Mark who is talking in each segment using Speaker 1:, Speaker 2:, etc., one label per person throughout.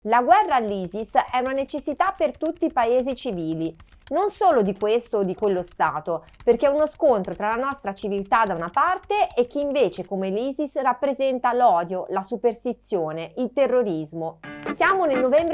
Speaker 1: La guerra all'ISIS è una necessità per tutti i paesi civili, non solo di questo o di quello Stato, perché è uno scontro tra la nostra civiltà da una parte e chi invece come l'ISIS rappresenta l'odio, la superstizione, il terrorismo. Siamo nel novembre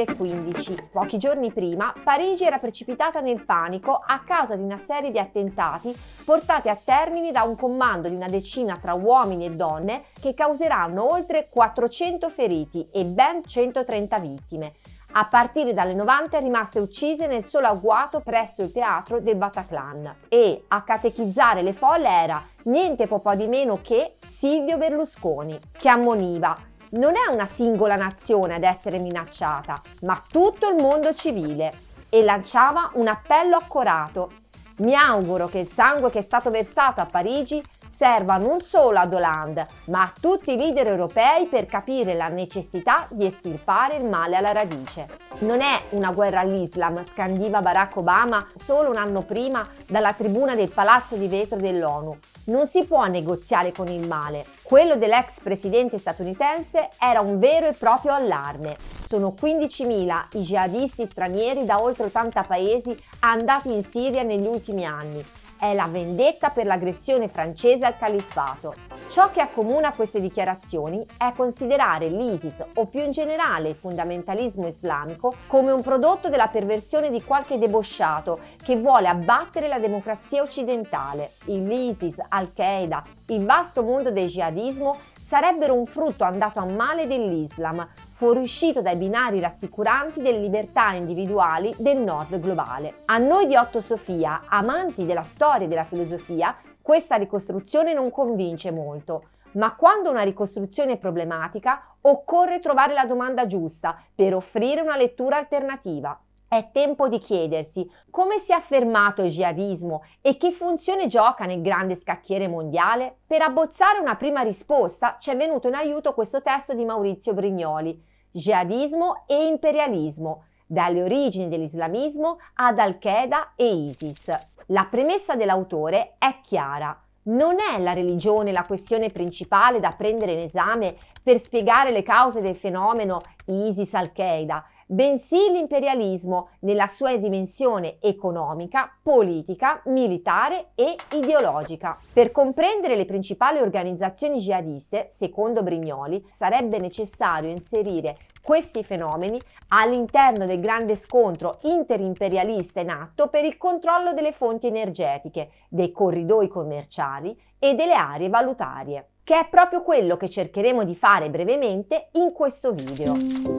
Speaker 1: 2015, pochi giorni prima Parigi era precipitata nel panico a causa di una serie di attentati portati a termine da un comando di una decina tra uomini e donne che causeranno oltre 400 feriti e ben 130 vittime. A partire dalle 90 rimaste uccise nel solo agguato presso il teatro del Bataclan e a catechizzare le folle era niente po' di meno che Silvio Berlusconi, che ammoniva: non è una singola nazione ad essere minacciata, ma tutto il mondo civile, e lanciava un appello accorato. Mi auguro che il sangue che è stato versato a Parigi serva non solo ad Hollande, ma a tutti i leader europei per capire la necessità di estirpare il male alla radice. Non è una guerra all'Islam, scandiva Barack Obama solo un anno prima dalla tribuna del Palazzo di Vetro dell'ONU. Non si può negoziare con il male. Quello dell'ex presidente statunitense era un vero e proprio allarme. Sono 15.000 i jihadisti stranieri da oltre 80 paesi andati in Siria negli ultimi anni. È la vendetta per l'aggressione francese al califfato. Ciò che accomuna queste dichiarazioni è considerare l'ISIS o più in generale il fondamentalismo islamico come un prodotto della perversione di qualche debosciato che vuole abbattere la democrazia occidentale. L'ISIS, Al-Qaeda, il vasto mondo del jihadismo sarebbero un frutto andato a male dell'Islam, fuoriuscito dai binari rassicuranti delle libertà individuali del nord globale. A noi di Otto Sofia, amanti della storia e della filosofia, questa ricostruzione non convince molto, ma quando una ricostruzione è problematica, occorre trovare la domanda giusta per offrire una lettura alternativa. È tempo di chiedersi come si è affermato il jihadismo e che funzione gioca nel grande scacchiere mondiale. Per abbozzare una prima risposta ci è venuto in aiuto questo testo di Maurizio Brignoli, Jihadismo e imperialismo, dalle origini dell'islamismo ad Al-Qaeda e ISIS. La premessa dell'autore è chiara. Non è la religione la questione principale da prendere in esame per spiegare le cause del fenomeno ISIS-Al-Qaeda, bensì l'imperialismo nella sua dimensione economica, politica, militare e ideologica. Per comprendere le principali organizzazioni jihadiste, secondo Brignoli, sarebbe necessario inserire questi fenomeni all'interno del grande scontro interimperialista in atto per il controllo delle fonti energetiche, dei corridoi commerciali e delle aree valutarie, che è proprio quello che cercheremo di fare brevemente in questo video.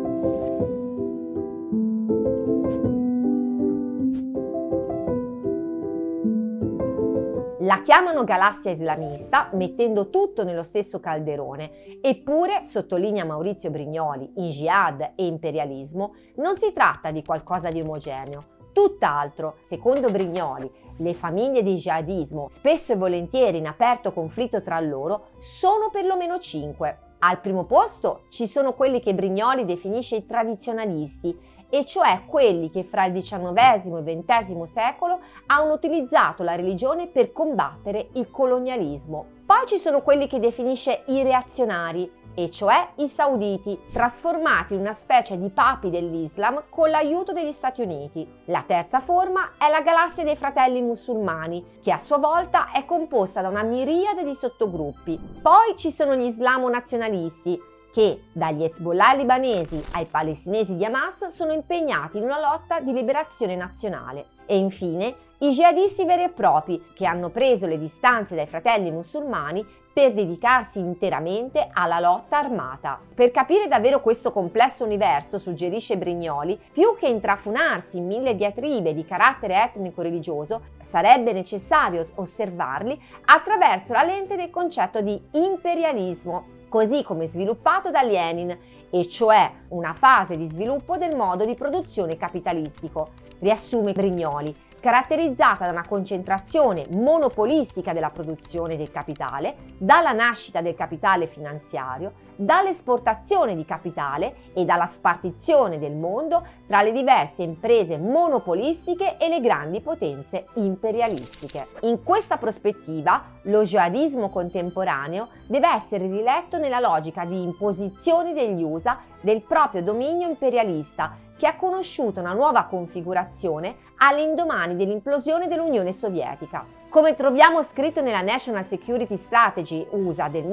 Speaker 1: La chiamano galassia islamista, mettendo tutto nello stesso calderone, eppure, sottolinea Maurizio Brignoli, in jihad e imperialismo non si tratta di qualcosa di omogeneo. Tutt'altro, secondo Brignoli, le famiglie di jihadismo, spesso e volentieri in aperto conflitto tra loro, sono perlomeno 5. Al primo posto ci sono quelli che Brignoli definisce i tradizionalisti, e cioè quelli che fra il XIX e il XX secolo hanno utilizzato la religione per combattere il colonialismo. Poi ci sono quelli che definisce i reazionari, e cioè i sauditi, trasformati in una specie di papi dell'Islam con l'aiuto degli Stati Uniti. La terza forma è la galassia dei fratelli musulmani, che a sua volta è composta da una miriade di sottogruppi. Poi ci sono gli islamo-nazionalisti, che dagli Hezbollah libanesi ai palestinesi di Hamas sono impegnati in una lotta di liberazione nazionale. E infine i jihadisti veri e propri, che hanno preso le distanze dai fratelli musulmani per dedicarsi interamente alla lotta armata. Per capire davvero questo complesso universo, suggerisce Brignoli, più che intrafunarsi in 1000 diatribe di carattere etnico-religioso, sarebbe necessario osservarli attraverso la lente del concetto di imperialismo, così come sviluppato da Lenin, e cioè una fase di sviluppo del modo di produzione capitalistico. Riassume Brignoli: caratterizzata da una concentrazione monopolistica della produzione del capitale, dalla nascita del capitale finanziario, dall'esportazione di capitale e dalla spartizione del mondo tra le diverse imprese monopolistiche e le grandi potenze imperialistiche. In questa prospettiva, lo jihadismo contemporaneo deve essere riletto nella logica di imposizione degli USA del proprio dominio imperialista, che ha conosciuto una nuova configurazione all'indomani dell'implosione dell'Unione Sovietica. Come troviamo scritto nella National Security Strategy USA del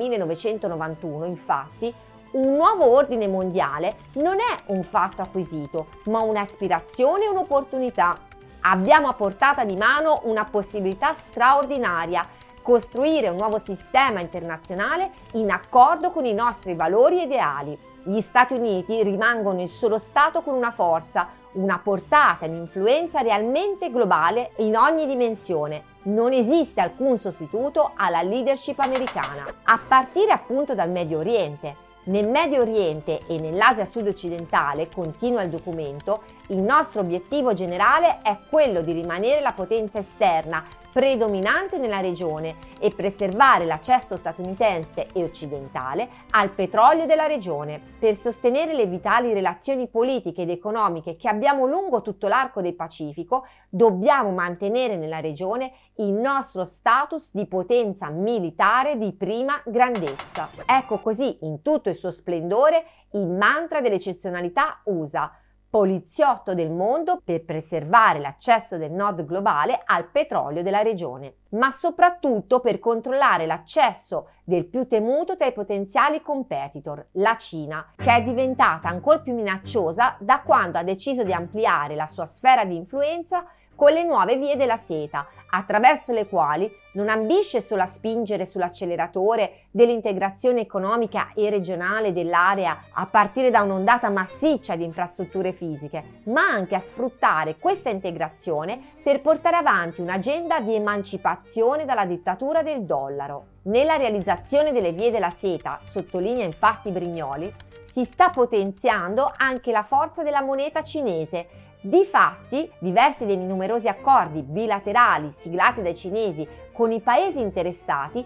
Speaker 1: 1991, infatti, un nuovo ordine mondiale non è un fatto acquisito, ma un'aspirazione e un'opportunità. Abbiamo a portata di mano una possibilità straordinaria: costruire un nuovo sistema internazionale in accordo con i nostri valori e ideali. Gli Stati Uniti rimangono il solo Stato con una forza, una portata e un'influenza realmente globale in ogni dimensione. Non esiste alcun sostituto alla leadership americana, a partire appunto dal Medio Oriente. Nel Medio Oriente e nell'Asia sud-occidentale, continua il documento, il nostro obiettivo generale è quello di rimanere la potenza esterna predominante nella regione e preservare l'accesso statunitense e occidentale al petrolio della regione. Per sostenere le vitali relazioni politiche ed economiche che abbiamo lungo tutto l'arco del Pacifico, dobbiamo mantenere nella regione il nostro status di potenza militare di prima grandezza. Ecco così, in tutto il suo splendore, il mantra dell'eccezionalità USA: poliziotto del mondo per preservare l'accesso del nord globale al petrolio della regione, ma soprattutto per controllare l'accesso del più temuto tra i potenziali competitor, la Cina, che è diventata ancora più minacciosa da quando ha deciso di ampliare la sua sfera di influenza con le nuove vie della seta, attraverso le quali non ambisce solo a spingere sull'acceleratore dell'integrazione economica e regionale dell'area a partire da un'ondata massiccia di infrastrutture fisiche, ma anche a sfruttare questa integrazione per portare avanti un'agenda di emancipazione dalla dittatura del dollaro. Nella realizzazione delle vie della seta, sottolinea infatti Brignoli, si sta potenziando anche la forza della moneta cinese. Difatti, diversi dei numerosi accordi bilaterali siglati dai cinesi con i paesi interessati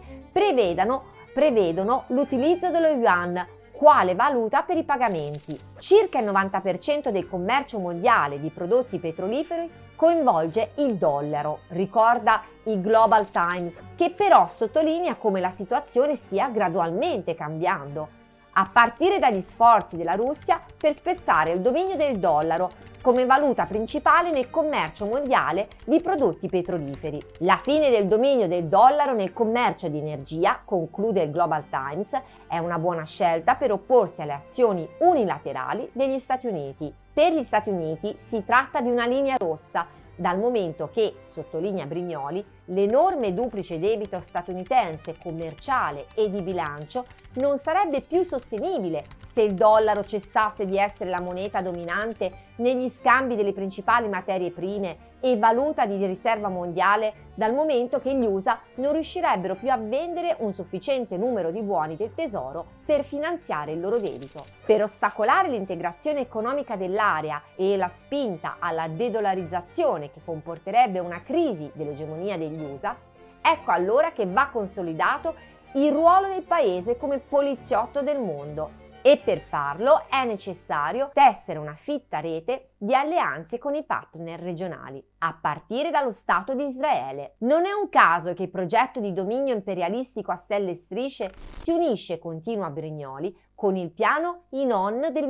Speaker 1: prevedono l'utilizzo dello yuan quale valuta per i pagamenti. Circa il 90% del commercio mondiale di prodotti petroliferi coinvolge il dollaro, ricorda il Global Times, che però sottolinea come la situazione stia gradualmente cambiando, a partire dagli sforzi della Russia per spezzare il dominio del dollaro come valuta principale nel commercio mondiale di prodotti petroliferi. La fine del dominio del dollaro nel commercio di energia, conclude il Global Times, è una buona scelta per opporsi alle azioni unilaterali degli Stati Uniti. Per gli Stati Uniti si tratta di una linea rossa, dal momento che, sottolinea Brignoli, l'enorme duplice debito statunitense commerciale e di bilancio non sarebbe più sostenibile se il dollaro cessasse di essere la moneta dominante negli scambi delle principali materie prime e valuta di riserva mondiale, dal momento che gli USA non riuscirebbero più a vendere un sufficiente numero di buoni del tesoro per finanziare il loro debito. Per ostacolare l'integrazione economica dell'area e la spinta alla dedolarizzazione che comporterebbe una crisi dell'egemonia degli USA, ecco allora che va consolidato il ruolo del paese come poliziotto del mondo, e per farlo è necessario tessere una fitta rete di alleanze con i partner regionali, a partire dallo Stato di Israele. Non è un caso che il progetto di dominio imperialistico a stelle e strisce si unisce, continua Brignoli, con il piano Inon del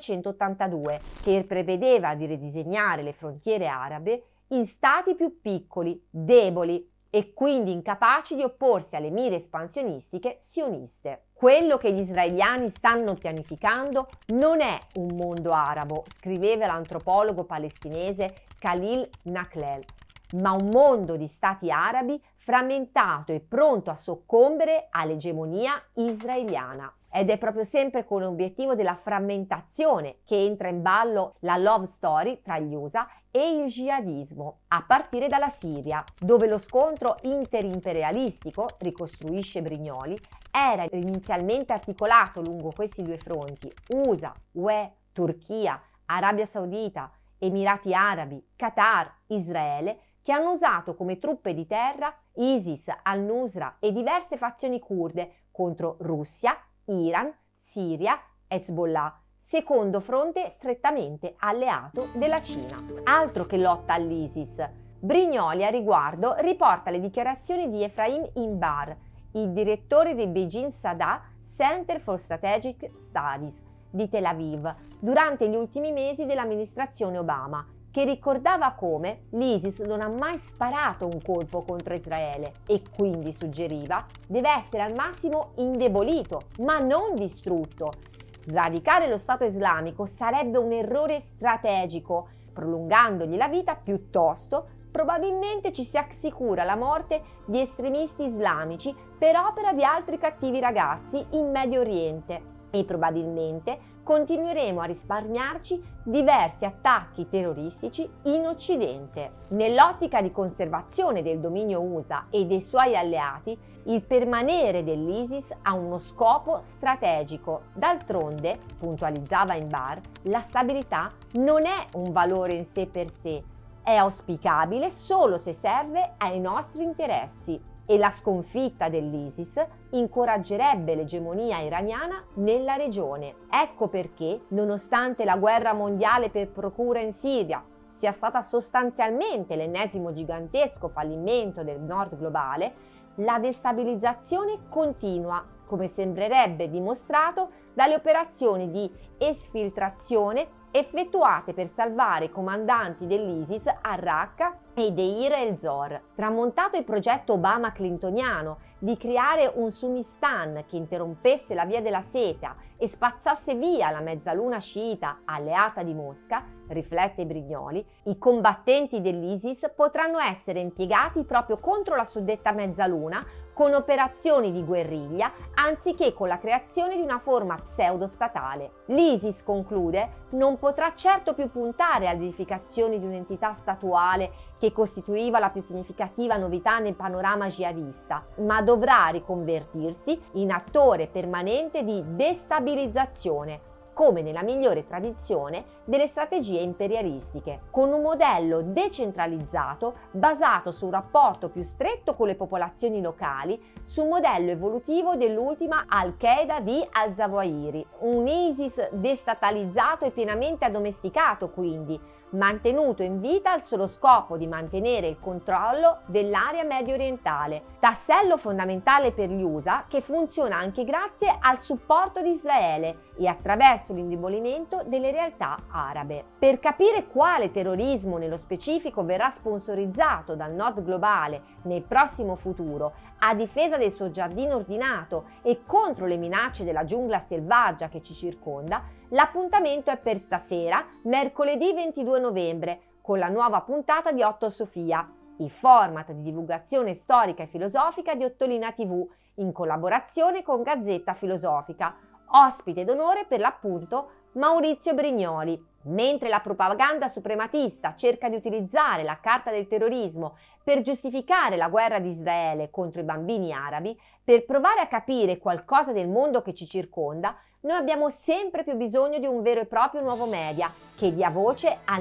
Speaker 1: 1982, che prevedeva di ridisegnare le frontiere arabe in stati più piccoli, deboli e quindi incapaci di opporsi alle mire espansionistiche sioniste. Quello che gli israeliani stanno pianificando non è un mondo arabo, scriveva l'antropologo palestinese Khalil Nakhlel, ma un mondo di stati arabi frammentato e pronto a soccombere all'egemonia israeliana. Ed è proprio sempre con l'obiettivo della frammentazione che entra in ballo la love story tra gli USA e il jihadismo, a partire dalla Siria, dove lo scontro interimperialistico, ricostruisce Brignoli, era inizialmente articolato lungo questi due fronti: USA, UE, Turchia, Arabia Saudita, Emirati Arabi, Qatar, Israele, che hanno usato come truppe di terra ISIS, al-Nusra e diverse fazioni curde contro Russia, Iran, Siria, Hezbollah, secondo fronte strettamente alleato della Cina. Altro che lotta all'ISIS. Brignoli a riguardo riporta le dichiarazioni di Efraim Inbar, il direttore del Beijing Sadr Center for Strategic Studies di Tel Aviv, durante gli ultimi mesi dell'amministrazione Obama, che ricordava come l'ISIS non ha mai sparato un colpo contro Israele e quindi suggeriva deve essere al massimo indebolito, ma non distrutto. Sradicare lo Stato islamico sarebbe un errore strategico, prolungandogli la vita piuttosto probabilmente ci si assicura la morte di estremisti islamici per opera di altri cattivi ragazzi in Medio Oriente e probabilmente continueremo a risparmiarci diversi attacchi terroristici in Occidente. Nell'ottica di conservazione del dominio USA e dei suoi alleati, il permanere dell'ISIS ha uno scopo strategico. D'altronde, puntualizzava Inbar, la stabilità non è un valore in sé per sé, è auspicabile solo se serve ai nostri interessi e la sconfitta dell'ISIS incoraggerebbe l'egemonia iraniana nella regione. Ecco perché, nonostante la guerra mondiale per procura in Siria sia stata sostanzialmente l'ennesimo gigantesco fallimento del nord globale, la destabilizzazione continua, come sembrerebbe dimostrato dalle operazioni di esfiltrazione effettuate per salvare i comandanti dell'ISIS a Raqqa e Deir el-Zor. Tramontato il progetto Obama-clintoniano di creare un Sunnistan che interrompesse la via della seta e spazzasse via la mezzaluna sciita alleata di Mosca, riflette Brignoli, i combattenti dell'ISIS potranno essere impiegati proprio contro la suddetta mezzaluna con operazioni di guerriglia anziché con la creazione di una forma pseudo-statale. L'ISIS, conclude, non potrà certo più puntare all'edificazione di un'entità statuale che costituiva la più significativa novità nel panorama jihadista, ma dovrà riconvertirsi in attore permanente di destabilizzazione, come nella migliore tradizione delle strategie imperialistiche, con un modello decentralizzato basato su un rapporto più stretto con le popolazioni locali, su un modello evolutivo dell'ultima Al-Qaeda di al-Zawahiri, un ISIS destatalizzato e pienamente addomesticato quindi, mantenuto in vita al solo scopo di mantenere il controllo dell'area medio orientale, tassello fondamentale per gli USA che funziona anche grazie al supporto di Israele e attraverso l'indebolimento delle realtà arabe. Per capire quale terrorismo nello specifico verrà sponsorizzato dal nord globale nel prossimo futuro a difesa del suo giardino ordinato e contro le minacce della giungla selvaggia che ci circonda, l'appuntamento è per stasera, mercoledì 22 novembre, con la nuova puntata di Otto Sofia, il format di divulgazione storica e filosofica di Ottolina TV, in collaborazione con Gazzetta Filosofica. Ospite d'onore per l'appunto Maurizio Brignoli. Mentre la propaganda suprematista cerca di utilizzare la carta del terrorismo per giustificare la guerra di Israele contro i bambini arabi, per provare a capire qualcosa del mondo che ci circonda, noi abbiamo sempre più bisogno di un vero e proprio nuovo media che dia voce al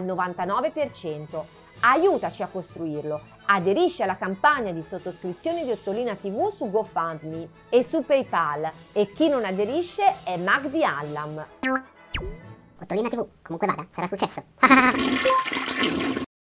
Speaker 1: 99%. Aiutaci a costruirlo. Aderisci alla campagna di sottoscrizione di Ottolina TV su GoFundMe e su PayPal e chi non aderisce è Magdi Allam.
Speaker 2: Ottolina TV, comunque vada, sarà successo.